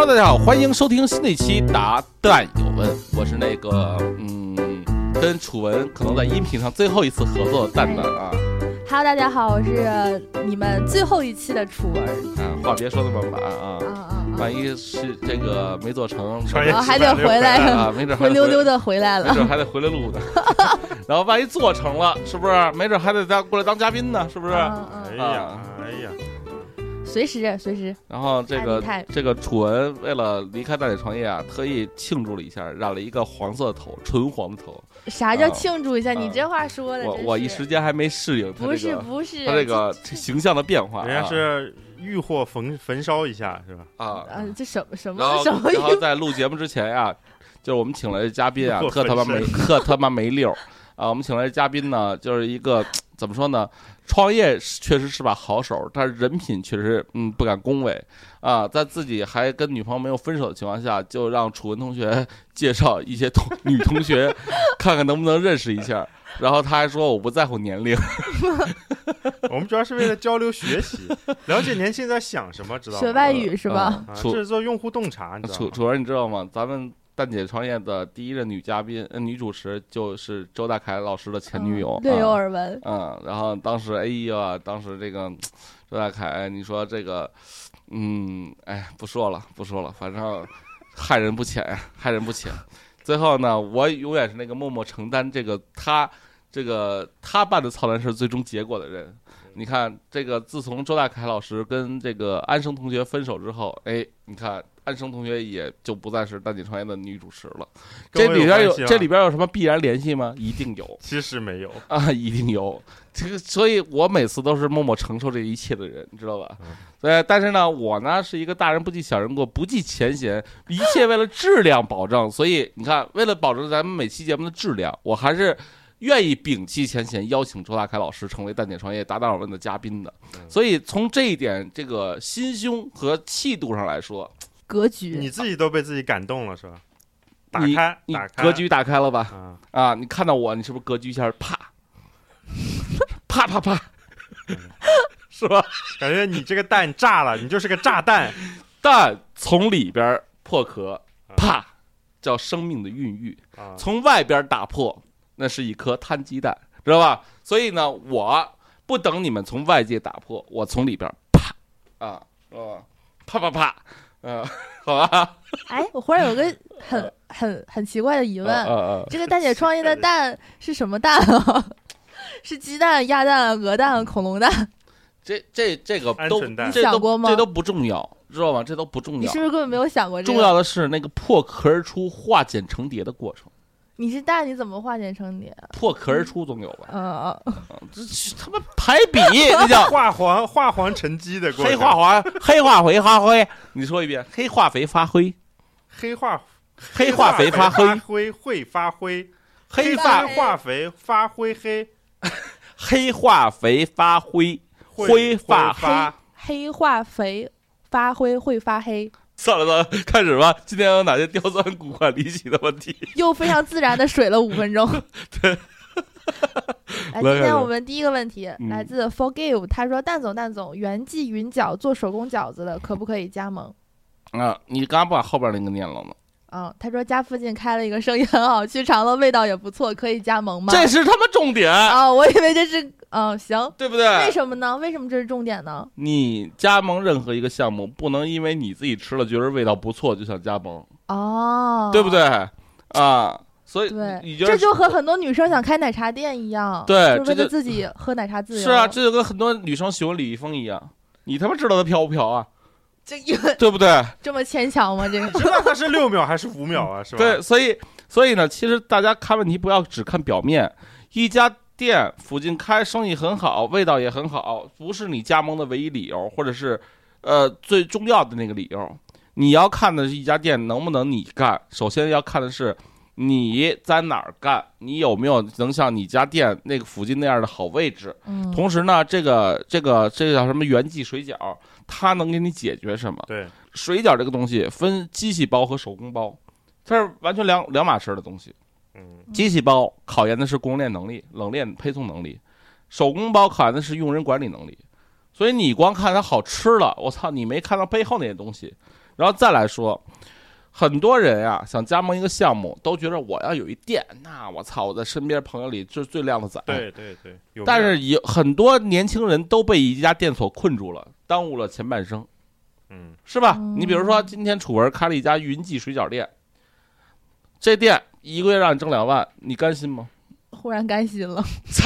Hello， 大家好，欢迎收听新的一期答蛋有问，我是那个跟楚文可能在音频上最后一次合作的蛋蛋啊。 Hello， 大家好，我是你们最后一期的楚文。 话别说那么满啊。万一是这个没做成， 还得回来啊，没准灰溜溜的回来了， 没准还得回来录的。然后万一做成了，是不是？没准还得过来当嘉宾呢，是不是？ 哎呀。 随时。 然后这个楚文为了离开大姐创业啊，特意庆祝了一下，染了一个黄色的头，纯黄的头。 啥叫庆祝一下？你这话说的， 我一时间还没适应他这个， 不是他这个形象的变化。 人家是欲火焚烧一下，是吧？ 这什么？ 然后在录节目之前呀，就是我们请来的嘉宾啊，特他妈没溜啊！我们请来的嘉宾呢，就是一个怎么说呢？创业确实是把好手，但是人品确实不敢恭维啊。在自己还跟女朋友没有分手的情况下，就让楚文同学介绍一些女同学，看看能不能认识一下。然后他还说我不在乎年龄， 我们主要是为了交流学习，了解年轻人在想什么，知道吗？ 学外语是吧？ 这是做用户洞察，你知道吗？ 楚文你知道吗？咱们蛋姐创业的第一任女嘉宾、女主持就是周大凯老师的前女友， 略有耳闻。 然后当时当时这个周大凯，你说这个，不说了，反正害人不浅。最后呢，我永远是那个默默承担他办的操蛋事最终结果的人。你看，这个自从周大凯老师跟这个安生同学分手之后，你看安生同学也就不再是蛋姐创业的女主持了。这里边有什么必然联系吗？一定有。 其实没有啊，一定有。这个，所以我每次都是默默承受这一切的人，你知道吧？对，但是呢，我呢是一个大人不计小人过，不计前嫌，一切为了质量保证。所以你看，为了保证咱们每期节目的质量，我还是愿意摒弃前嫌，邀请周大凯老师成为蛋姐创业答蛋尔问的嘉宾的。所以从这一点，这个心胸和气度上来说， 格局， 你自己都被自己感动了，是吧？ 你格局打开了吧？你看到我，你是不是格局一下啪是吧？ 感觉你这个蛋炸了，你就是个炸弹。 蛋从里边破壳，啪，叫生命的孕育；从外边打破，那是一颗摊鸡蛋，知道吧？所以呢，我不等你们从外界打破，我从里边啪啪，好吧。 我忽然有个很奇怪的疑问，这个蛋姐创业的蛋是什么蛋啊？是鸡蛋、鸭蛋、鹅蛋、恐龙蛋？ 这个都想过吗？ 这都不重要，知道吗？这都不重要。 你是不是根本没有想过这个？ 重要的是那个破壳而出、化茧成蝶的过程。 你是蛋，你怎么化茧成蝶？ 破壳而出总有吧？这他妈排比，那叫化黄成鸡的过程。 黑化肥发灰。你说一遍，黑化肥发灰， 黑化肥发灰会发灰， 黑化肥发灰黑， 黑化肥发灰。灰发黑， 黑化肥发灰会发黑。 算了，开始吧。今天有哪些刁钻古怪离奇的问题？ 又非常自然的水了5分钟。 对。 来，今天我们第一个问题来自 Forgive， 他说：“蛋总，原记云饺做手工饺子的，可不可以加盟？” 你刚刚不把后边那个念了吗？ 他说家附近开了一个生意很好，去尝了味道也不错，可以加盟吗？ 这是他妈重点我以为这是行， 对不对？ 为什么呢？为什么这是重点呢？ 你加盟任何一个项目，不能因为你自己吃了觉得味道不错就想加盟对不对所以对，这就和很多女生想开奶茶店一样， 对， 就是为了自己喝奶茶自由。 是啊，这就跟很多女生喜欢李易峰一样，你他妈知道他飘不飘啊？对不对？ 这么牵强吗？这个知道它是6秒还是5秒啊？是吧？ 对，所以呢，其实大家看问题不要只看表面。一家店附近开生意很好，味道也很好，不是你加盟的唯一理由，或者是最重要的那个理由。你要看的是一家店能不能你干，首先要看的是你在哪儿干，你有没有能像你家店那个附近那样的好位置。同时呢，这个叫什么原记水饺，它能给你解决什么？ 对， 水饺这个东西分机器包和手工包，它是完全两码事的东西。机器包考验的是供应链能力、冷链配送能力，手工包考验的是用人管理能力。所以你光看它好吃了，我操，你没看到背后那些东西。 然后再来说，很多人呀想加盟一个项目，都觉得我要有一店，那我操，我在身边朋友里就是最靓的仔。 对对对。 但是有很多年轻人都被一家店所困住了，耽误了前半生。是吧？你比如说，今天楚文开了一家云记水饺店，这店一个月让你挣2万，你甘心吗？ 忽然甘心了。 操！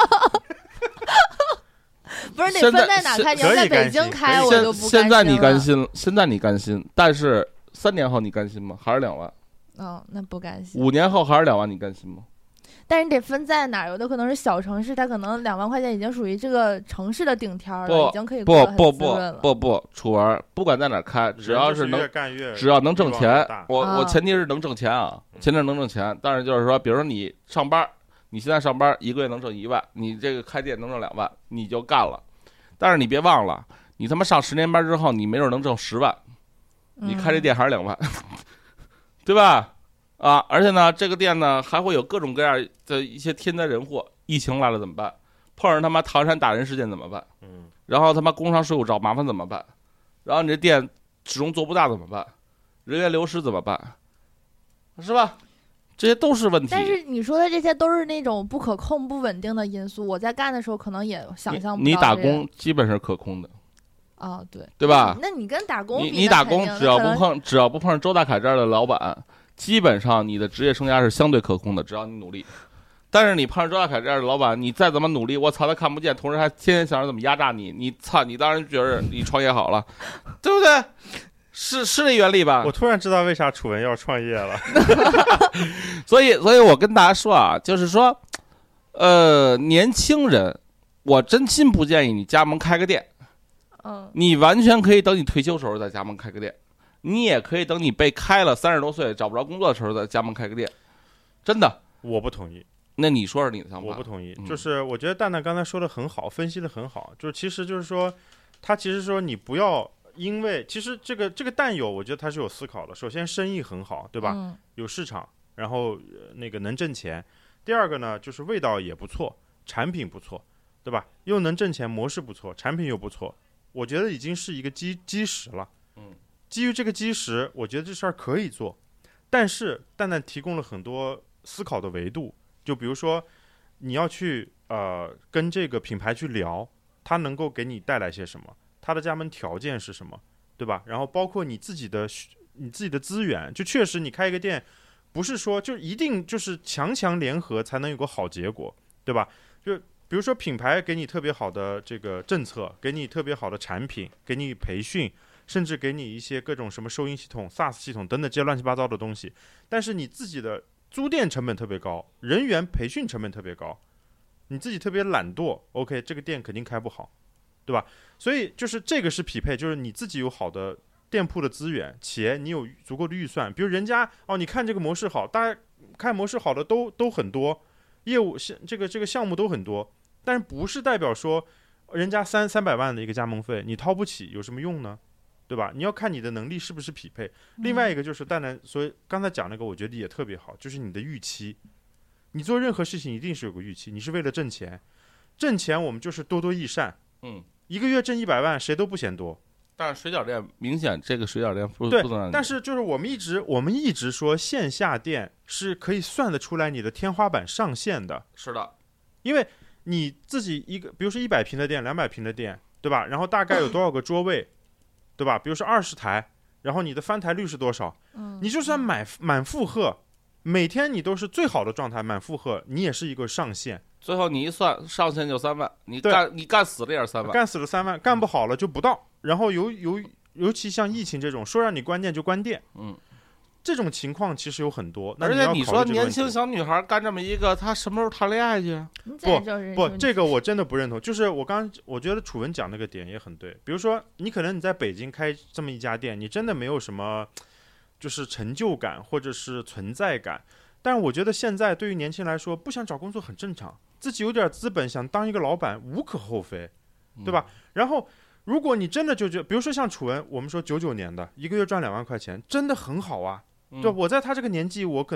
不是，得分在哪开？你要在北京开，我就不甘心了。 现在你甘心，现在你甘心，但是3年后你甘心吗？还是2万？ 那不甘心。 5年后还是2万，你甘心吗？ 但是你得分在哪儿，有的可能是小城市，它可能2万块钱已经属于这个城市的顶天了，已经可以过得很滋润了。 不，楚文不管在哪儿开，只要能挣钱，我前提是能挣钱啊，前提是能挣钱。但是就是说，比如说你上班。你现在上班1个月能挣1万，你这个开店能挣2万，你就干了。但是你别忘了，你他妈上10年班之后，你没准能挣10万，你开这店还是2万，对吧？啊，而且呢，这个店呢还会有各种各样的一些天灾人祸，疫情来了怎么办？碰上他妈唐山打人事件怎么办？然后他妈工商税务找麻烦怎么办？然后你这店始终做不大怎么办？人员流失怎么办？是吧？这些都是问题。 但是你说的这些都是那种不可控、不稳定的因素。我在干的时候可能也想象不到。 你打工基本是可控的。对吧？ 那你跟打工比， 你打工只要不碰周大凯这样的老板，基本上你的职业生涯是相对可控的，只要你努力。但是你碰上周大凯这样的老板，你再怎么努力，我操，他看不见，同时还天天想着怎么压榨你，你操，你当然觉得你创业好了，对不对？是这原理吧？ 我突然知道为啥楚文要创业了。 所以我跟大家说啊，就是说，年轻人，我真心不建议你加盟开个店。你完全可以等你退休时候再加盟开个店，你也可以等你被开了30多岁找不着工作的时候再加盟开个店。真的， 我不同意。 那你说说你的想法？ 我不同意，就是我觉得蛋蛋刚才说的很好，分析的很好，就是其实就是说，他其实说你不要。因为其实这个蛋友，我觉得他是有思考的。首先，生意很好，对吧？有市场，然后那个能挣钱。第二个呢，就是味道也不错，产品不错，对吧？又能挣钱，模式不错，产品又不错，我觉得已经是一个基石了。基于这个基石，我觉得这事儿可以做。但是蛋蛋提供了很多思考的维度，就比如说你要去跟这个品牌去聊，它能够给你带来些什么。它的加盟条件是什么，对吧？然后包括你自己的资源，就确实你开一个店，不是说就一定就是强联合才能有个好结果，对吧？就比如说品牌给你特别好的这个政策，给你特别好的产品，给你培训，甚至给你一些各种什么收银系统、SaaS 系统等等这些乱七八糟的东西，但是你自己的租店成本特别高，人员培训成本特别高，你自己特别懒惰 ，OK， 这个店肯定开不好。对吧？所以就是这个是匹配，就是你自己有好的店铺的资源，且你有足够的预算。比如人家你看这个模式好，大家看模式好的都很多，业务这个项目都很多，但是不是代表说人家300万的一个加盟费你掏不起有什么用呢？对吧？你要看你的能力是不是匹配。另外一个就是蛋蛋，所以刚才讲那个我觉得也特别好，就是你的预期。你做任何事情一定是有个预期，你是为了挣钱，我们就是多益善。1个月挣100万，谁都不嫌多。 但是水饺店明显，这个水饺店不能让你。 但是就是我们一直说线下店是可以算得出来你的天花板上限的。 是的， 因为你自己比如说100平的店、200平的店，对吧？然后大概有多少个桌位，对吧？比如说20台，然后你的翻台率是多少？你就算满负荷，每天你都是最好的状态，满负荷，你也是一个上限。 最后你一算，上限就3万，你干死了也是3万， 干死了3万，干不好了就不到。然后尤其像疫情这种，说让你关店就关店，这种情况其实有很多。 而且你说年轻小女孩干这么一个，她什么时候谈恋爱去？ 不，这个我真的不认同。就是我觉得楚文讲那个点也很对。比如说你可能你在北京开这么一家店，你真的没有什么就是成就感或者是存在感。但是我觉得现在对于年轻人来说，不想找工作很正常，自己有点资本想当一个老板无可厚非，对吧？然后如果你真的就觉得，比如说像楚文，我们说99年的1个月赚2万块钱，真的很好啊。对，我在他这个年纪，我可能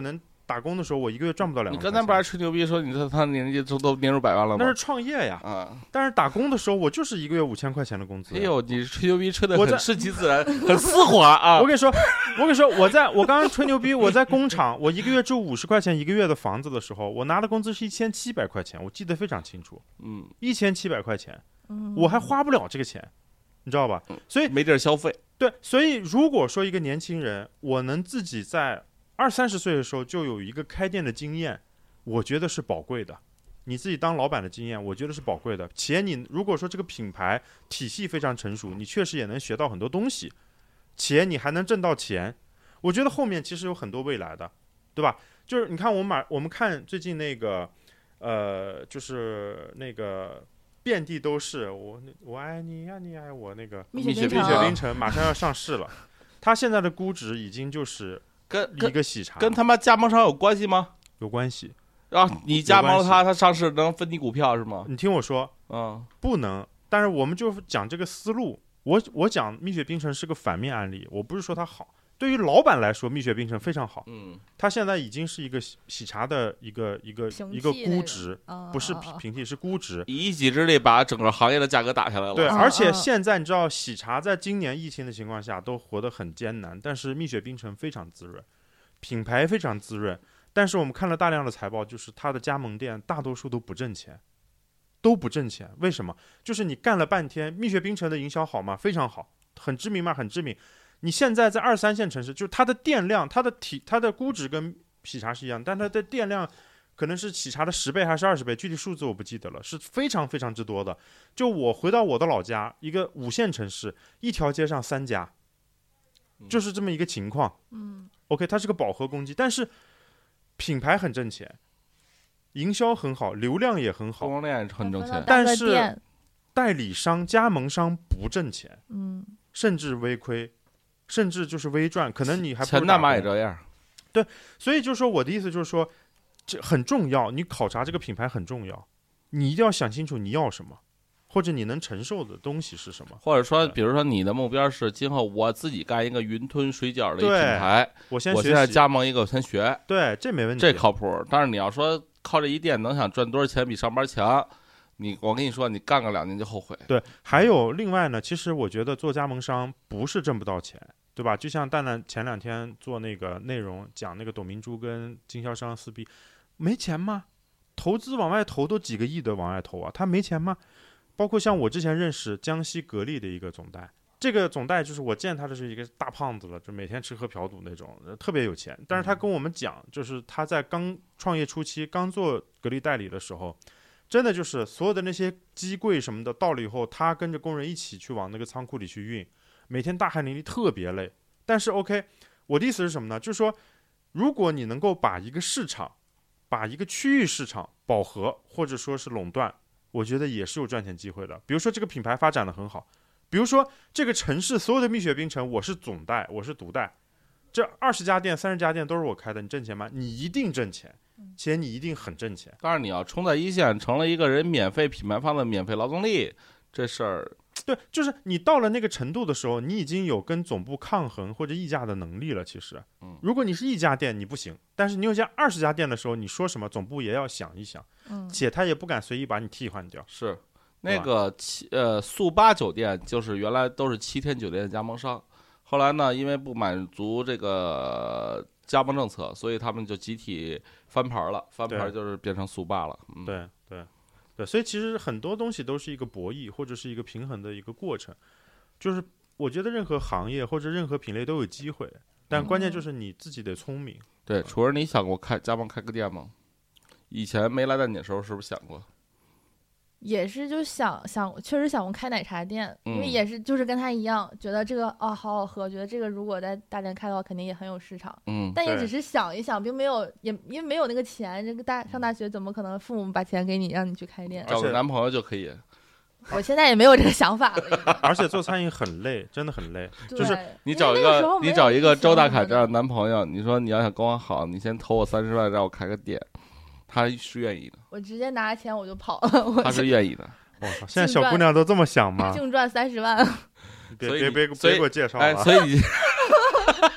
打工的时候，我一个月赚不到2万块钱。 你刚才不还吹牛逼说你说他年纪都年入100万了吗？ 那是创业呀。但是打工的时候，我就是一个月5000块钱的工资。 哎呦，你吹牛逼吹得很顺其自然，很丝滑啊！ 我跟你说，我刚刚吹牛逼，我在工厂，我一个月住50块钱一个月的房子的时候，我拿的工资是1700块钱，我记得非常清楚。1700块钱，我还花不了这个钱，你知道吧？所以没地儿消费。 对，所以如果说一个年轻人，我能自己在20-30岁的时候就有一个开店的经验，我觉得是宝贵的。你自己当老板的经验，我觉得是宝贵的。且你如果说这个品牌体系非常成熟，你确实也能学到很多东西，且你还能挣到钱，我觉得后面其实有很多未来的，对吧？就是你看我们看最近那个，就是那个。遍地都是我爱你呀，你爱我，那个蜜雪冰城马上要上市了，它现在的估值已经就是一个喜茶， 跟他妈加盟商有关系吗？ 有关系啊！你加盟了它上市能分你股票是吗？ 你听我说，不能。但是我们就讲这个思路，我讲蜜雪冰城是个反面案例，我不是说它好。对于老板来说，蜜雪冰城非常好。它现在已经是一个喜茶的一个估值，不是平替，是估值。 以一己之力把整个行业的价格打下来了。 对，而且现在你知道，喜茶在今年疫情的情况下都活得很艰难，但是蜜雪冰城非常滋润，品牌非常滋润。但是我们看了大量的财报，就是它的加盟店大多数都不挣钱，为什么？就是你干了半天，蜜雪冰城的营销好吗？非常好，很知名吗？很知名。你现在在2、3线城市，就是它的店量，它的估值跟喜茶是一样，但它的店量可能是喜茶的10倍还是20倍，具体数字我不记得了，是非常非常之多的。就我回到我的老家，一个5线城市，一条街上3家，就是这么一个情况。OK， 它是个饱和攻击，但是品牌很挣钱，营销很好，流量也很好， 供应链也很挣钱， 但是代理商、加盟商不挣钱，甚至微亏。甚至就是微赚，可能你还不钱大妈也这样。 对，所以就是说我的意思就是说，这很重要，你考察这个品牌很重要，你一定要想清楚你要什么，或者你能承受的东西是什么。 或者说，比如说你的目标是今后我自己干一个云吞水饺的一个品牌，我现在加盟一个，我先学。 对，这没问题， 这靠谱。但是你要说靠这一店能想赚多少钱比上班强，我跟你说，你干个2年就后悔。 对，还有另外呢，其实我觉得做加盟商不是挣不到钱。对吧？就像蛋蛋前2天做那个内容，讲那个董明珠跟经销商撕逼，没钱吗？投资往外投都几个亿的往外投啊，他没钱吗？包括像我之前认识江西格力的一个总代，这个总代就是我见他的是一个大胖子了，就每天吃喝嫖赌那种，特别有钱。但是他跟我们讲，就是他在刚创业初期，刚做格力代理的时候，真的就是所有的那些机柜什么的到了以后，他跟着工人一起去往那个仓库里去运。每天大汗淋漓，特别累。但是 OK， 我的意思是什么呢？就是说，如果你能够把一个市场、把一个区域市场饱和，或者说是垄断，我觉得也是有赚钱机会的。比如说这个品牌发展的很好，比如说这个城市所有的蜜雪冰城，我是总代，我是独代，这20家店、30家店都是我开的，你挣钱吗？你一定挣钱，且你一定很挣钱。 当然你要冲在一线，成了一个人免费品牌方的免费劳动力，这事儿。 对，就是你到了那个程度的时候，你已经有跟总部抗衡或者议价的能力了。其实，如果你是1家店，你不行；但是你有家20家店的时候，你说什么总部也要想一想，且他也不敢随意把你替换掉。 是，那个速八酒店就是原来都是7天酒店的加盟商，后来呢，因为不满足这个加盟政策，所以他们就集体翻牌了，翻牌就是变成速八了。 对，所以其实很多东西都是一个博弈或者是一个平衡的一个过程，就是我觉得任何行业或者任何品类都有机会，但关键就是你自己得聪明。 对，楚儿，你想过加盟开个店吗？以前没来到你的时候，是不是想过？ 也是就想，确实想过开奶茶店，因为也是就是跟他一样，觉得这个好好喝，觉得这个如果在大连开的话，肯定也很有市场。但也只是想一想，并没有因为没有那个钱，这个上大学怎么可能父母把钱给你让你去开店？ 找个男朋友就可以。 我现在也没有这个想法了。 而且做餐饮很累，真的很累。就是你找一个周大凯这样的男朋友，你说你要想跟我好，你先投我30万让我开个店。他是愿意的， 我直接拿着钱我就跑了。 他是愿意的。 哇，现在小姑娘都这么想吗？ 净赚30万。 别给我介绍了。 所以你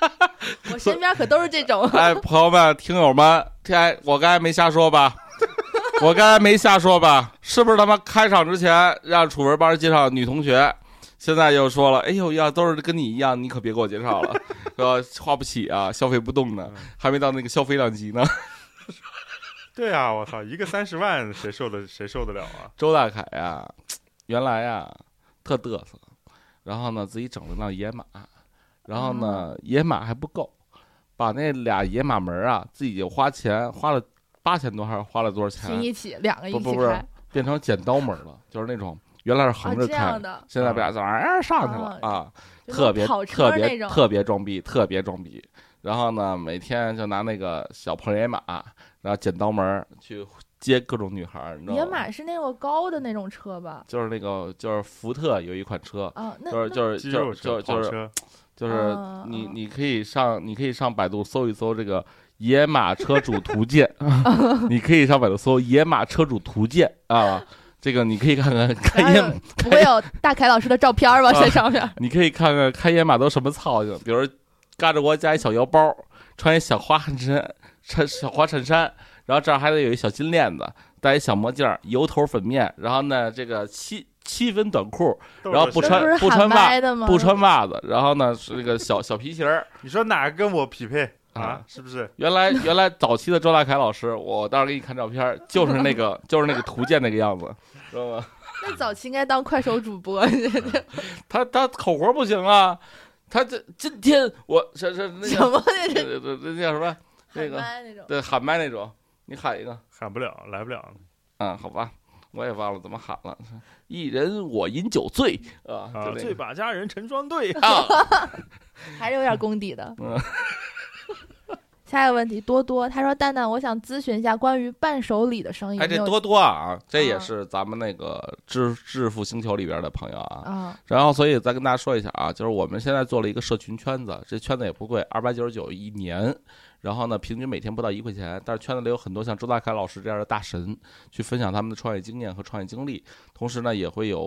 我身边可都是这种。 哎，朋友们、听友们，我刚才没瞎说吧？我刚才没瞎说吧？是不是他妈开场之前让楚文帮人介绍女同学，现在又说了，哎呦，要都是跟你一样，你可别给我介绍了，说花不起啊，消费不动呢，还没到那个消费量级呢。 对啊，我操，一个30万，谁受得了啊？ 周大凯呀，原来呀特嘚瑟，然后呢自己整了辆野马，然后呢野马还不够，把那俩野马门啊自己就花了8000多还是花了多少钱？ 拼一起2个一起开， 不变成剪刀门了，就是那种原来是横着开，现在把上去了啊，特别装逼，特别装逼。然后呢，每天就拿那个小破野马，然后剪刀门去接各种女孩。 野马是那种高的那种车吧？ 就是那个，就是福特有一款车，就是你可以上百度搜一搜这个野马车主图鉴，你可以上百度搜野马车主图鉴啊。这个你可以看看开野， 不会有大凯老师的照片吧？在上面， 你可以看看开野马都什么操性，比如嘎着窝加一小腰包，穿一小花衬衫，然后这儿还得有一小金链子，戴一小墨镜，油头粉面，然后呢这个七分短裤，然后不穿袜子，然后呢是那个小皮鞋。 你说哪个跟我匹配啊？是不是？ 原来早期的周大凯老师，我到时候给你看照片，就是那个图鉴那个样子，知道吗？ 那早期应该当快手主播。 他口活不行啊，他今天我是那什么那叫什么那个对喊麦那种，你喊一个， 喊不了，来不了。 好吧。我也忘了怎么喊了，一人我饮酒醉醉把佳人成双对啊， 还是有点功底的。下一个问题，多多他说：“蛋蛋，我想咨询一下关于伴手礼的生意。” 这多多啊，这也是咱们那个致富星球里边的朋友啊。然后，所以再跟大家说一下啊，就是我们现在做了一个社群圈子，这圈子也不贵，299一年。然后呢，平均每天不到1块钱，但是圈子里有很多像周大凯老师这样的大神，去分享他们的创业经验和创业经历。同时呢，也会有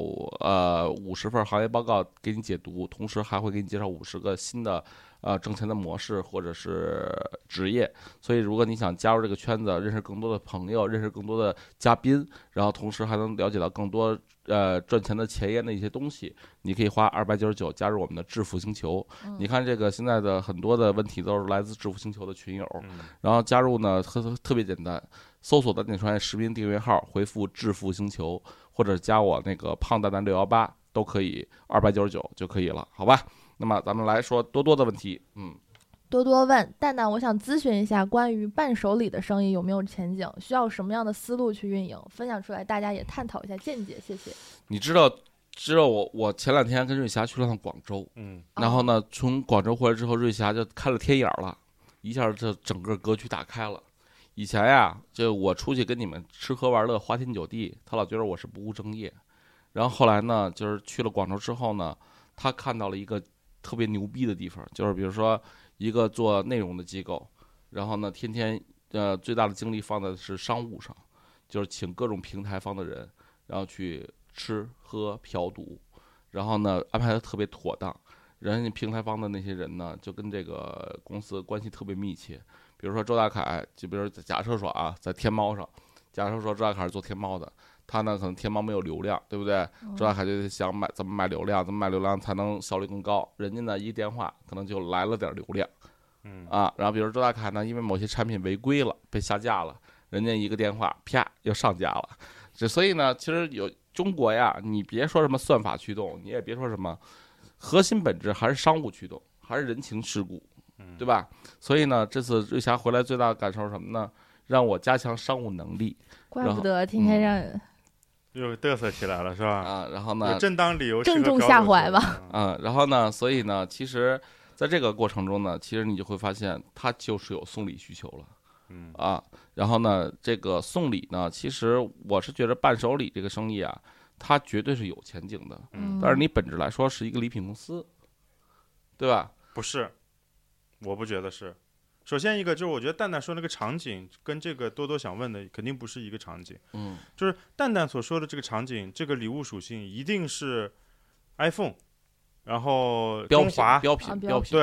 50份行业报告给你解读，同时还会给你介绍50个新的挣钱的模式或者是职业。所以如果你想加入这个圈子，认识更多的朋友，认识更多的嘉宾，然后同时还能了解到更多赚钱的前沿的一些东西，你可以花299加入我们的致富星球。你看这个现在的很多的问题都是来自致富星球的群友，然后加入呢特别简单，搜索蛋蛋创业视频订阅号，回复致富星球，或者加我那个胖蛋蛋618都可以，299就可以了，好吧？那么咱们来说多多的问题。 多多问蛋蛋，我想咨询一下关于伴手礼的生意有没有前景，需要什么样的思路去运营，分享出来大家也探讨一下见解，谢谢。 你知道我前2天跟瑞霞去了趟广州，然后呢从广州回来之后，瑞霞就开了天眼了，一下这整个格局打开了。以前呀，就我出去跟你们吃喝玩乐花天酒地，他老觉得我是不务正业。然后后来呢，就是去了广州之后呢，他看到了一个特别牛逼的地方，就是比如说一个做内容的机构，然后呢天天最大的精力放在是商务上，就是请各种平台方的人，然后去吃喝嫖赌，然后呢安排的特别妥当。人家平台方的那些人呢，就跟这个公司关系特别密切。比如说周大凯，就比如假设说啊，在天猫上，假设说周大凯是做天猫的，他呢可能天猫没有流量，对不对？周大凯就想怎么买流量，怎么买流量才能效率更高。人家呢一电话可能就来了点流量，然后比如周大凯呢，因为某些产品违规了，被下架了，人家一个电话啪又上架了。所以呢，其实有中国呀，你别说什么算法驱动，你也别说什么，核心本质还是商务驱动，还是人情世故，对吧？所以呢，这次瑞霞回来最大的感受是什么呢？让我加强商务能力。 怪不得天天让人又嘚瑟起来了，是吧？ 然后呢， 有正当理由， 正中下怀吧。 然后呢，所以呢，其实在这个过程中呢，其实你就会发现，他就是有送礼需求了。然后呢，这个送礼呢，其实我是觉得伴手礼这个生意啊，它绝对是有前景的。但是你本质来说是一个礼品公司，对吧？ 不是，我不觉得是。首先一个就是我觉得蛋蛋说那个场景跟这个多多想问的肯定不是一个场景。就是蛋蛋所说的这个场景，这个礼物属性一定是 iPhone， 然后中华标品。 对，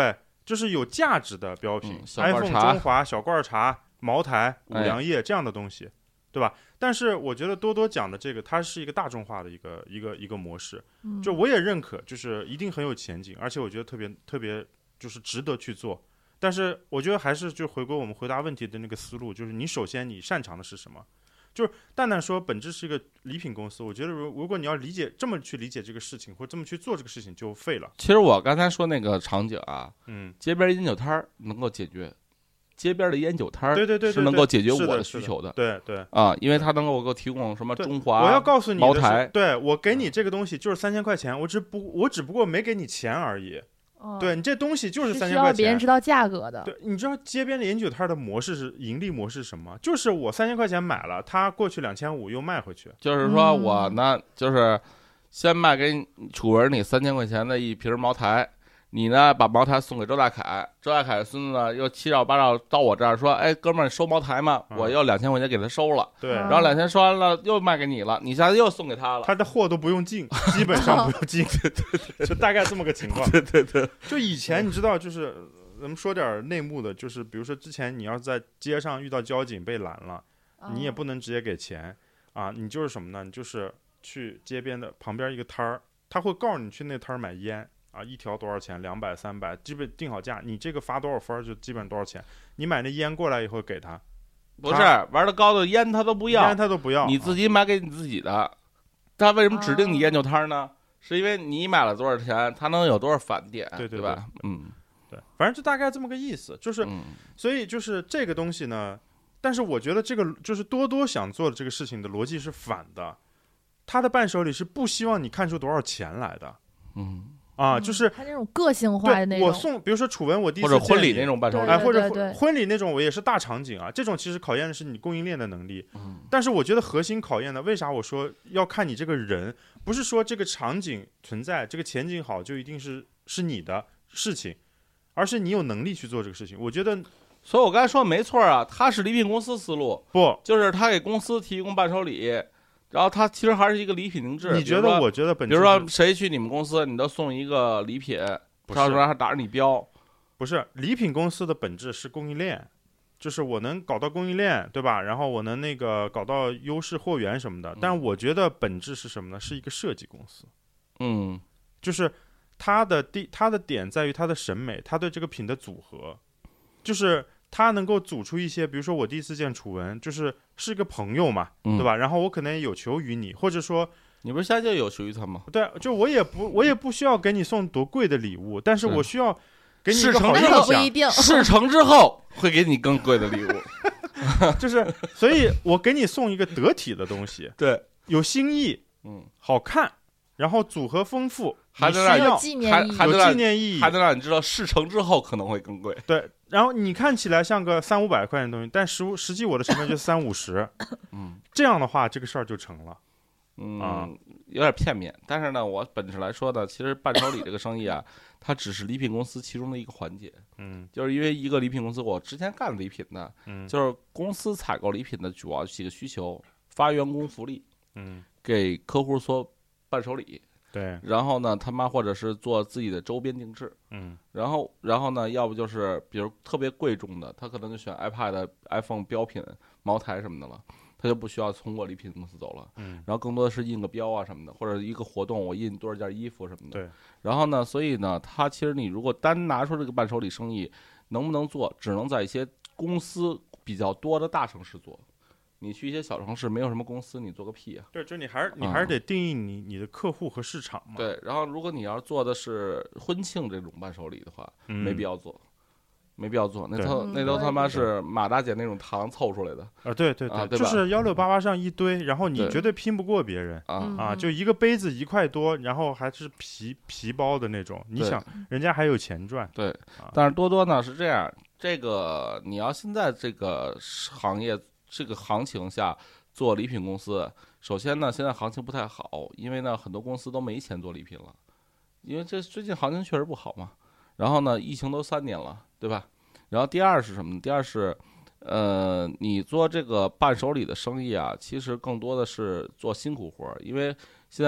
就是有价值的标品 ，iPhone 中华、小罐茶、茅台、五粮液这样的东西，对吧？但是我觉得多多讲的这个，它是一个大众化的一个模式，就我也认可，就是一定很有前景，而且我觉得特别就是值得去做。但是我觉得还是就回归我们回答问题的那个思路，就是你首先你擅长的是什么？就是蛋蛋说本质是一个礼品公司，我觉得如果你要这么去理解这个事情，或这么去做这个事情，就废了。 其实我刚才说那个场景啊，街边烟酒摊能够解决。街边的烟酒摊是能够解决我的需求的， 对啊，因为它能够给我提供什么中华， 我要告诉你茅台， 对我给你这个东西就是3000块钱，我只不过没给你钱而已。对你这东西就是3000块钱， 需要别人知道价格的。 对，你知道街边的烟酒摊的盈利模式是什么？就是我3000块钱买了，他过去2500又卖回去。 就是说我呢，就是先卖给楚文你3000块钱的一瓶茅台。你呢，把茅台送给周大凯，周大凯的孙子呢又七绕八绕到我这儿说，哎，哥们儿，收茅台吗？我又2000块钱给他收了， 对， 然后2000收完了又卖给你了，你下次又送给他了， 他的货都不用进，基本上不用进，对，就大概这么个情况。 对， 就以前你知道，就是咱们说点内幕的，就是比如说之前你要是在街上遇到交警被拦了，你也不能直接给钱啊，你就是什么呢？你就是去街边的旁边一个摊儿，他会告诉你去那摊儿买烟。啊，一条多少钱？200、300，基本定好价。你这个罚多少分就基本多少钱。你买那烟过来以后给他， 不是玩的高的烟他都不要， 烟他都不要， 你自己买给你自己的。他为什么指定你烟酒摊呢？是因为你买了多少钱，他能有多少返点， 对吧？ 对，反正就大概这么个意思，就是，所以就是这个东西呢，但是我觉得这个就是多多想做的这个事情的逻辑是反的，他的伴手礼是不希望你看出多少钱来的，就是他那种个性化的那种。 我送，比如说楚文，我第一次或者婚礼那种伴手礼， 或者婚礼那种，我也是大场景啊。这种其实考验的是你供应链的能力。但是我觉得核心考验的，为啥我说要看你这个人，不是说这个场景存在，这个前景好就一定是你的事情，而是你有能力去做这个事情。我觉得， 所以我刚才说的没错啊，他是礼品公司思路， 不就是他给公司提供伴手礼。然后它其实还是一个礼品定制。 你觉得？我觉得本质， 比如说谁去你们公司，你都送一个礼品，到时候还打着你标。 不是，礼品公司的本质是供应链，就是我能搞到供应链，对吧？然后我能那个搞到优势货源什么的。但我觉得本质是什么呢？是一个设计公司。就是它的点在于它的审美，它对这个品的组合，就是他能够组出一些，比如说我第一次见楚文，是个朋友嘛，对吧？然后我可能有求于你，或者说你不是现在就有求于他吗？ 对，就我也不需要给你送多贵的礼物，但是我需要给你一个好印象。不一定， 事成之后会给你更贵的礼物， 就是所以我给你送一个得体的东西， 对， 有新意，好看，然后组合丰富， 还能让有纪念意义， 有纪念意义， 还能让你知道事成之后可能会更贵， 对。然后你看起来像个300-500块钱的东西，但实际我的成本就30-50，这样的话这个事儿就成了， 有点片面。但是呢，我本质来说呢，其实伴手礼这个生意啊，它只是礼品公司其中的一个环节，就是因为一个礼品公司，我之前干礼品的，就是公司采购礼品的主要几个需求：发员工福利，给客户做伴手礼。 对， 然后呢，他妈或者是做自己的周边定制，然后呢，要不就是比如特别贵重的，他可能就选 iPad、iPhone 标品、茅台什么的了，他就不需要通过礼品公司走了，然后更多的是印个标啊什么的，或者一个活动我印多少件衣服什么的， 对。 然后呢，所以呢，他其实你如果单拿出这个伴手礼生意能不能做，只能在一些公司比较多的大城市做。你去一些小城市，没有什么公司，你做个屁啊！ 对，就你还是得定义你的客户和市场嘛。 对，然后如果你要做的是婚庆这种伴手礼的话，没必要做，没必要做。那都他妈是马大姐那种糖凑出来的啊！对， 对吧？ 就是1688上一堆，然后你绝对拼不过别人啊！就一个杯子1块多，然后还是皮包的那种，你想人家还有钱赚。 对，但是多多呢是这样，这个你要现在这个行业。这个行情下做礼品公司，首先呢，现在行情不太好，因为呢，很多公司都没钱做礼品了，因为这最近行情确实不好嘛。然后呢，疫情都3年了，对吧？然后第二是什么呢？第二是，你做这个伴手礼的生意啊，其实更多的是做辛苦活，因为现在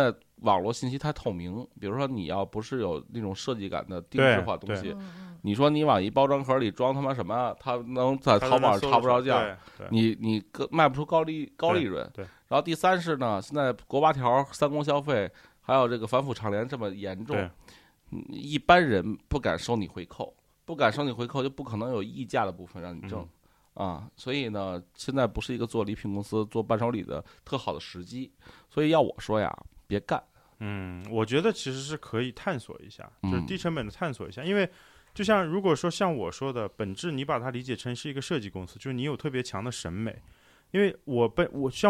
网络信息太透明，比如说你要不是有那种设计感的定制化东西，你说你往一包装盒里装他妈什么，他能在淘宝上查不着价，你卖不出高利润。 对。 然后第三是呢，现在国八条、三公消费还有这个反腐倡廉这么严重，一般人不敢收你回扣，就不可能有溢价的部分让你挣。所以呢，现在不是一个做礼品公司、做伴手礼的特好的时机。所以要我说呀，别干。 我觉得其实是可以探索一下，就是低成本的探索一下，因为就像如果说像我说的，本质你把它理解成是一个设计公司，就是你有特别强的审美。因为我本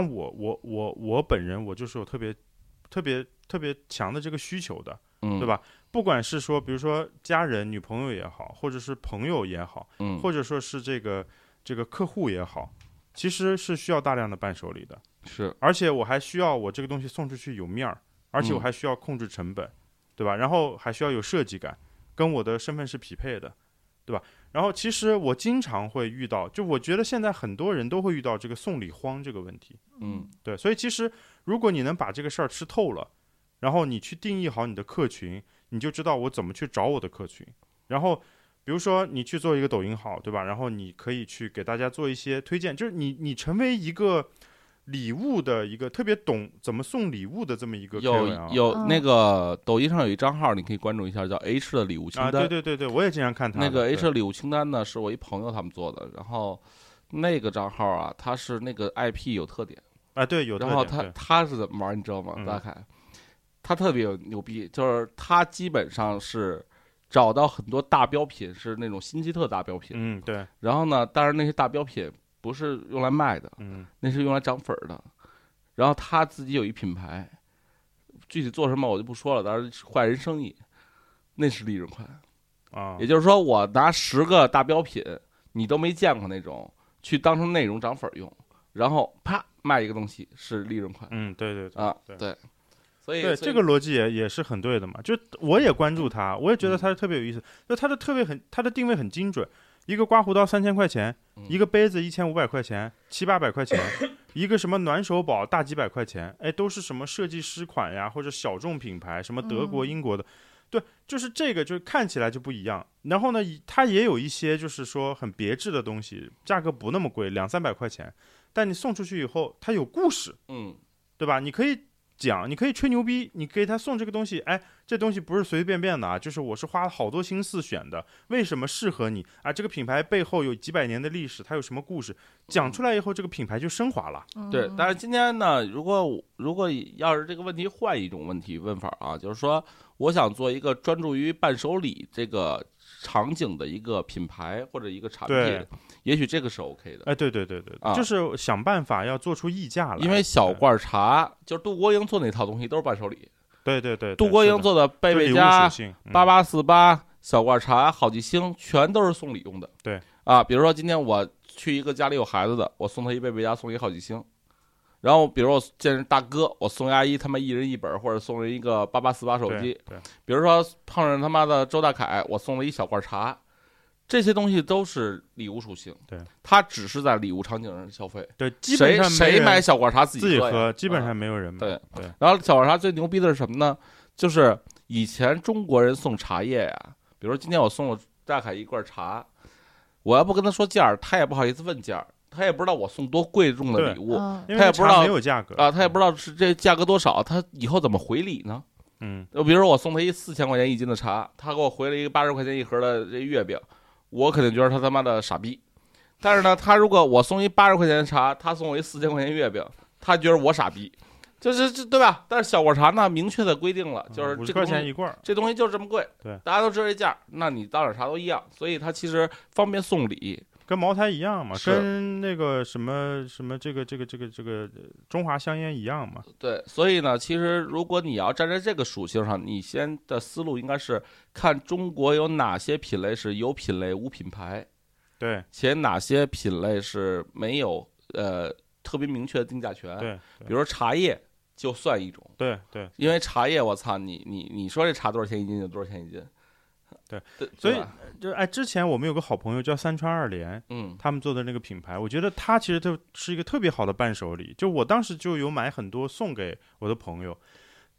人我就是有特别强的这个需求的，对吧？不管是说比如说家人、女朋友也好，或者是朋友也好，或者说是这个客户也好，其实是需要大量的伴手礼的。 是， 而且我还需要我这个东西送出去有面儿，而且我还需要控制成本，对吧？然后还需要有设计感，跟我的身份是匹配的，对吧？然后其实我经常会遇到，就我觉得现在很多人都会遇到这个送礼荒这个问题。对，所以其实如果你能把这个事儿吃透了，然后你去定义好你的客群，你就知道我怎么去找我的客群。然后比如说你去做一个抖音号，对吧？然后你可以去给大家做一些推荐，就是你成为一个礼物的一个特别懂怎么送礼物的这么一个 KOL。 有那个抖音上有一账号，你可以关注一下，叫 H 的礼物清单。 对，我也经常看他那个 H 的礼物清单呢，是我一朋友他们做的。然后那个账号啊，他是那个 IP 有特点对，有特点。 然后他是怎么玩，你知道吗？大凯，他特别牛逼，就是他基本上是找到很多大标品，是那种新奇特大标品。 对。 然后呢，当然那些大标品不是用来卖的，那是用来涨粉的。然后他自己有一品牌，具体做什么我就不说了，当然坏人生意，那是利润快也就是说，我拿10个大标品，你都没见过那种，去当成内容涨粉用，然后啪卖一个东西是利润快。 对对。所以这个逻辑也是很对的嘛。就我也关注他，我也觉得他特别有意思。就他的定位很精准。一个刮胡刀3000块钱，一个杯子1500块钱，700-800块钱，一个什么暖手宝大几百块钱，都是什么设计师款呀，或者小众品牌，什么德国、英国的，对，就是这个就看起来就不一样。然后呢，它也有一些就是说很别致的东西，价格不那么贵，200-300块钱，但你送出去以后，它有故事，对吧？你可以讲，你可以吹牛逼，你给他送这个东西，这东西不是随随便便的啊，就是我是花了好多心思选的，为什么适合你啊？这个品牌背后有几百年的历史，它有什么故事？讲出来以后，这个品牌就升华了。 对，但是今天呢，如果要是这个问题换一种问法啊，就是说，我想做一个专注于伴手礼这个场景的一个品牌或者一个产品，也许这个是 OK 的。 对，就是想办法要做出溢价来。 因为小罐茶，就是杜国英做那套东西都是伴手礼。 对， 杜国英做的贝贝佳、8848小罐茶、好记星，全都是送礼用的。 对比如说今天我去一个家里有孩子的，我送他一贝贝佳，送一好记星。然后比如我见大哥，我送阿姨他们1人1本，或者送人一个8848手机。 对， 比如说碰上他妈的周大凯，我送了一小罐茶。这些东西都是礼物属性， 对， 它只是在礼物场景上消费。 对，基本上谁买小罐茶自己喝，基本上没有人买。 对。然后小罐茶最牛逼的是什么呢？就是以前中国人送茶叶呀，比如说今天我送了大凯一罐茶，我要不跟他说价，他也不好意思问价，他也不知道我送多贵重的礼物，他也不知道没有价格他也不知道是这价格多少，他以后怎么回礼呢？比如说我送他一4000块钱1斤的茶，他给我回了一个80块钱1盒的这月饼。我肯定觉得他妈的傻逼，但是呢，他如果我送一80块钱的茶，他送我一4000块钱月饼，他觉得我傻逼，就是这对吧？但是小罐茶呢，明确的规定了，就是 50块钱一罐， 这东西就是这么贵， 对， 大家都知道这价，那你到哪茶都一样，所以它其实方便送礼。 跟茅台一样嘛，跟那个什么这个中华香烟一样嘛。 对，所以呢，其实如果你要站在这个属性上，你先的思路应该是看中国有哪些品类是有品类无品牌， 对， 且哪些品类是没有特别明确的定价权。 对， 比如说茶叶就算一种。 对， 因为茶叶，我操你说这茶多少钱一斤就多少钱一斤。 对，所以就之前我们有个好朋友叫三川二连，他们做的那个品牌，我觉得他其实就是一个特别好的伴手礼。就我当时就有买很多送给我的朋友，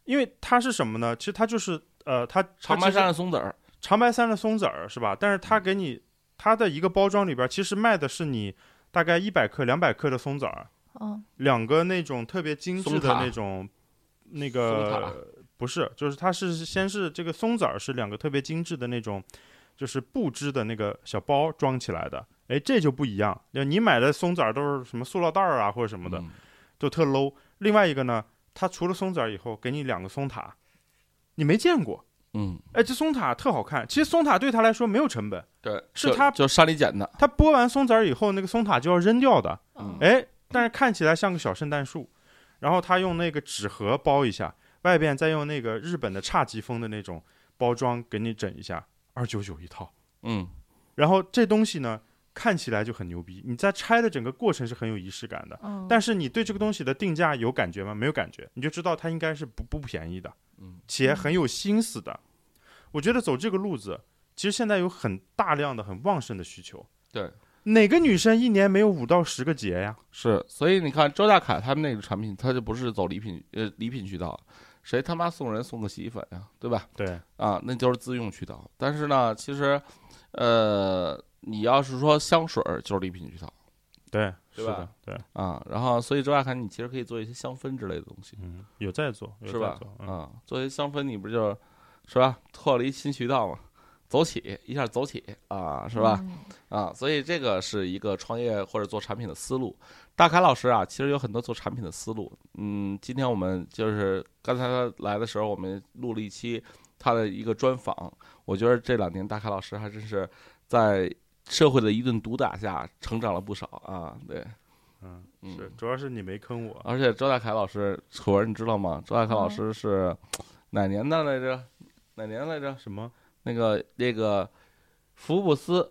因为它是什么呢？其实它就是它长白山的松子儿， 长白山的松子儿是吧？但是它给你它的一个包装里边，其实卖的是你大概100克、200克的松子儿，两个那种特别精致的那种那个不是，就是它是先是这个松子儿是两个特别精致的那种，就是布织的那个小包装起来的。哎，这就不一样。你买的松子儿都是什么塑料袋儿啊或者什么的，就特 low。另外一个呢，它除了松子儿以后，给你2个松塔，你没见过。哎，这松塔特好看。其实松塔对他来说没有成本， 对， 是他就山里捡的。 他剥完松子儿以后，那个松塔就要扔掉的。哎，但是看起来像个小圣诞树。然后他用那个纸盒包一下，外边再用那个日本的侘寂风的那种包装给你整一下，299一套。然后这东西呢，看起来就很牛逼。你在拆的整个过程是很有仪式感的。但是你对这个东西的定价有感觉吗？没有感觉，你就知道它应该是不便宜的。且很有心思的。我觉得走这个路子，其实现在有很大量的、很旺盛的需求。 对， 哪个女生一年没有5到10个节呀？ 是，所以你看周大凯他们那个产品，他就不是走礼品渠道，谁他妈送人送个洗衣粉呀，对吧？ 对啊，那就是自用渠道。但是呢，其实，你要是说香水就是礼品渠道。 对， 对吧？ 对啊，然后所以周大凯你其实可以做一些香氛之类的东西， 有在做， 是吧？做一些香氛，你不就是吧？拓了一新渠道嘛，一下走起啊，是吧？所以这个是一个创业或者做产品的思路。大凯老师啊，其实有很多做产品的思路。今天我们就是刚才他来的时候，我们录了一期他的一个专访。我觉得这2年大凯老师还真是在社会的一顿毒打下成长了不少啊。对， 是，主要是你没坑我。 而且周大凯老师，楚儿你知道吗？周大凯老师是哪年的来着？ 什么？ 那个福布斯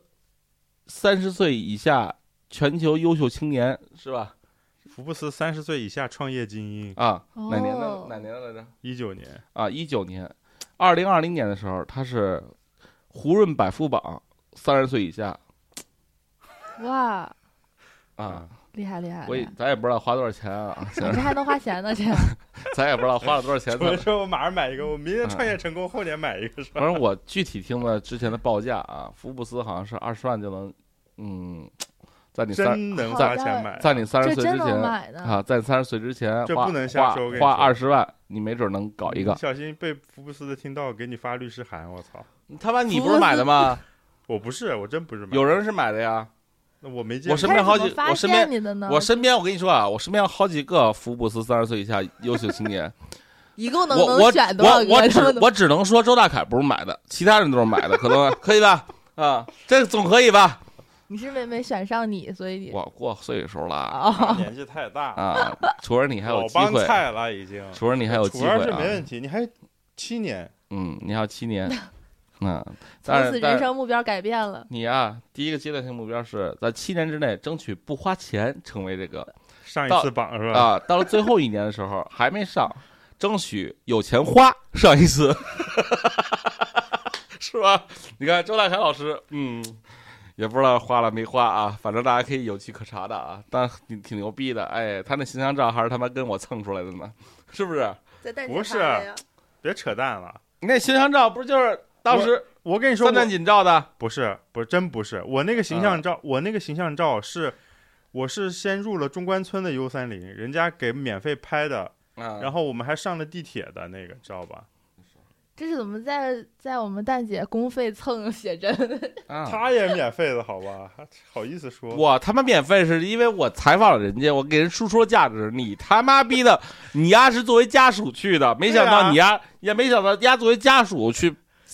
30岁以下全球优秀青年是吧？ 福布斯30岁以下创业精英啊，哪年的来着 ？19年啊，19年，2020年的时候他是胡润百富榜30岁以下。 哇啊！ 厉害！ 咱也不知道花多少钱啊， 你这还能花钱呢？这咱也不知道花了多少钱。 我说我马上买一个，我明年创业成功，后年买一个是吧？ 反正我具体听了之前的报价啊，福布斯好像是20万就能，在你真能花钱买， 在你30岁之前啊，在30岁之前这不能瞎说， 花20万，你没准能搞一个。 小心被福布斯的听到给你发律师函，我操！ 他妈你不是买的吗？ 我不是，我真不是买的。 有人是买的呀。 我没见过。 我身边好几，我身边我跟你说啊，我身边有好几个福布斯30岁以下优秀青年。 一共能选多少个？ 我只能说周大凯不是买的，其他人都是买的，可能可以吧？啊，这总可以吧？ 你是没选上你，所以我过岁数了， 年纪太大啊。楚儿你还有机会， 老帮菜了已经。 楚儿你还有机会， 楚儿是没问题，你还7年， 你还有7年。 从此人生目标改变了。 你啊，第一个阶段性目标是在7年之内争取不花钱成为这个上一次榜是吧？ 啊，到了最后1年的时候还没上，争取有钱花上一次，是吧？你看周大凯老师，也不知道花了没花啊，反正大家可以有迹可查的啊。但挺牛逼的，哎，他那形象照还是他妈跟我蹭出来的呢，是不是？ 不是，别扯淡了。 你那形象照不是就是当时我跟你说 3站紧照的？ 不是，真不是。我那个形象照，是我是先入了中关村的 U30，人家给免费拍的，然后我们还上了地铁的那个，知道吧？ 这是怎么在我们蛋姐公费蹭写真？ 他也免费的好吧？还好意思说？ 我他妈免费是因为我采访了人家，我给人输出了价值。你他妈逼的，你丫是作为家属去的，没想到你丫也没想到丫作为家属去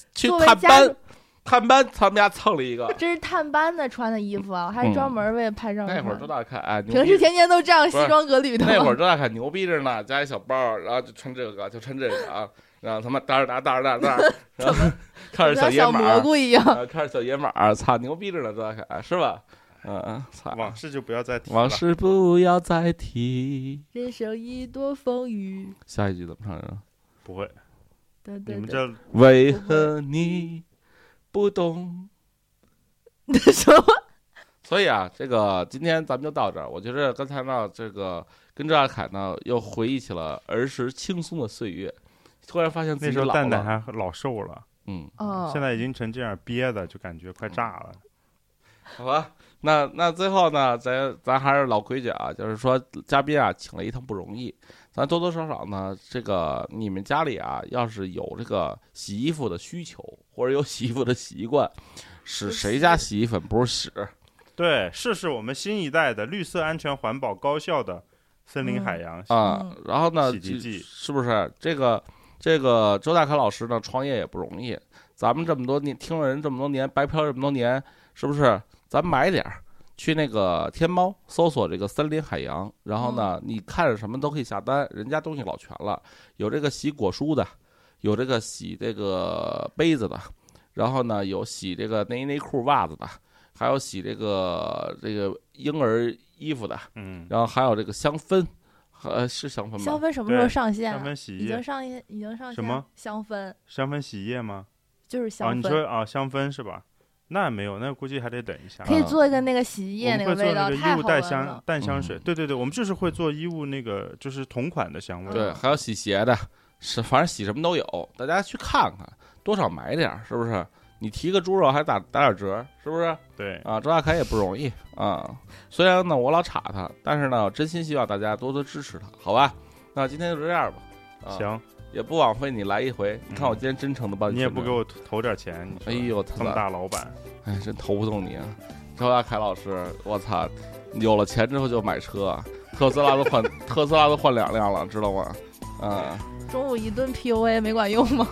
探班，他们家蹭了一个。 这是探班的穿的衣服啊，还是专门为了拍照。 那会儿周大凯平时天天都这样西装革履的。 那会儿周大凯牛逼着呢，加一小包，然后就穿这个啊。然后他妈哒，然后看着小野马， 小蘑菇一样， 看着小野马，操，牛逼着呢，周大凯是吧？操， 往事就不要再提， 往事不要再提， 人生一朵风雨。 下一句怎么唱着？ 不会， 你们这为何你不懂？ 什么？ 所以啊，这个今天咱们就到这儿。我觉得刚才呢，这个跟周大凯呢又回忆起了儿时轻松的岁月。 突然发现自己老了。 那时候蛋蛋还老瘦了， 现在已经成这样憋的，就感觉快炸了。 好吧，那最后呢，咱还是老规矩啊，就是说嘉宾啊请了一趟不容易，咱多多少少呢，这个你们家里啊，要是有这个洗衣服的需求，或者有洗衣服的习惯，使谁家洗衣粉不是屎？ 对，试试我们新一代的绿色、安全、环保、高效的森林海洋然后呢， 洗涤剂是不是这个周大凯老师呢？创业也不容易，咱们这么多年听了人这么多年，白嫖这么多年，是不是？咱买点儿，去那个天猫搜索这个森林海洋，然后呢，你看着什么都可以下单，人家东西老全了，有这个洗果蔬的，有这个洗这个杯子的，然后呢有洗这个内裤袜子的，还有洗这个婴儿衣服的，然后还有这个香氛。是香氛吗？ 香氛什么时候上线？ 香氛洗液已经上线。 什么？ 香氛洗液吗？ 就是香氛。 你说香氛是吧？那没有，那估计还得等一下。 可以做一个那个洗衣液那个味道， 太好闻了。淡香水，对，我们就是会做衣物那个就是同款的香味。 对，还有洗鞋的，反正洗什么都有，大家去看看，多少买点，是不是？你提个猪肉还打点折，是不是？ 对啊，周大凯也不容易啊。虽然呢我老插他，但是呢，真心希望大家多多支持他，好吧？那今天就这样吧。 行， 也不枉费你来一回。你看我今天真诚的帮你也不给我投点钱。 哎呦， 这么大老板， 哎，真投不动你啊！周大凯老师，我操，有了钱之后就买车，特斯拉都换2辆了，知道吗？ 中午一顿 PUA 没管用吗？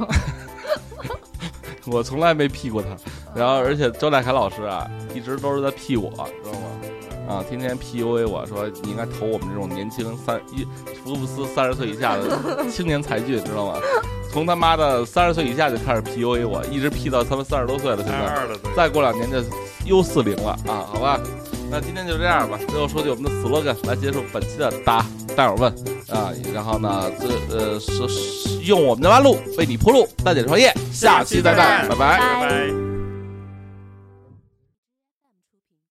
我从来没 P 过他，然后而且周大凯老师啊，一直都是在 P 我，知道吗？天天 PUA 我说你应该投我们这种年轻福布斯30岁以下的青年才俊，知道吗？从他妈的30岁以下就开始 PUA 我，一直 P 到他们30多岁了，现在再过2年就 U40了啊，好吧？那今天就这样吧，最后说句我们的 slogan 来结束本期的大友问啊，然后呢，用我们的弯路为你铺路，大姐创业，下期再见，拜拜。